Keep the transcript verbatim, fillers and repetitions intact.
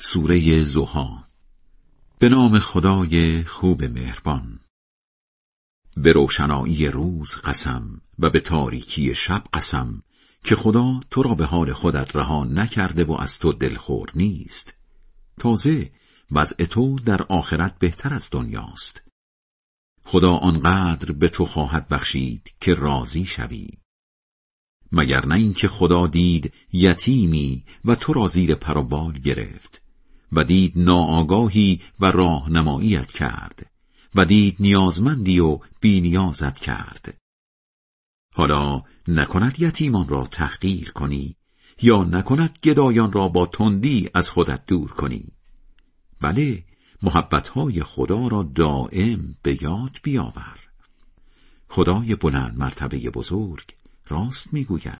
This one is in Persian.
سوره ضحی. به نام خدای خوب مهربان. به روشنایی روز قسم و به تاریکی شب قسم که خدا تو را به حال خودت رها نکرده و از تو دلخور نیست. تازه وضع تو در آخرت بهتر از دنیاست. خدا آنقدر به تو خواهد بخشید که راضی شوی. مگر نه اینکه خدا دید یتیمی و تو را زیر پر و بال گرفت و دید ناآگاهی و راهنماییت کرد و دید نیازمندی و بی نیازت کرد. حالا نکند یتیمان را تحقیر کنی یا نکند گدایان را با تندی از خودت دور کنی. بله، محبتهای خدا را دائم به یاد بیاور. خدای بلند مرتبه بزرگ راست میگوید.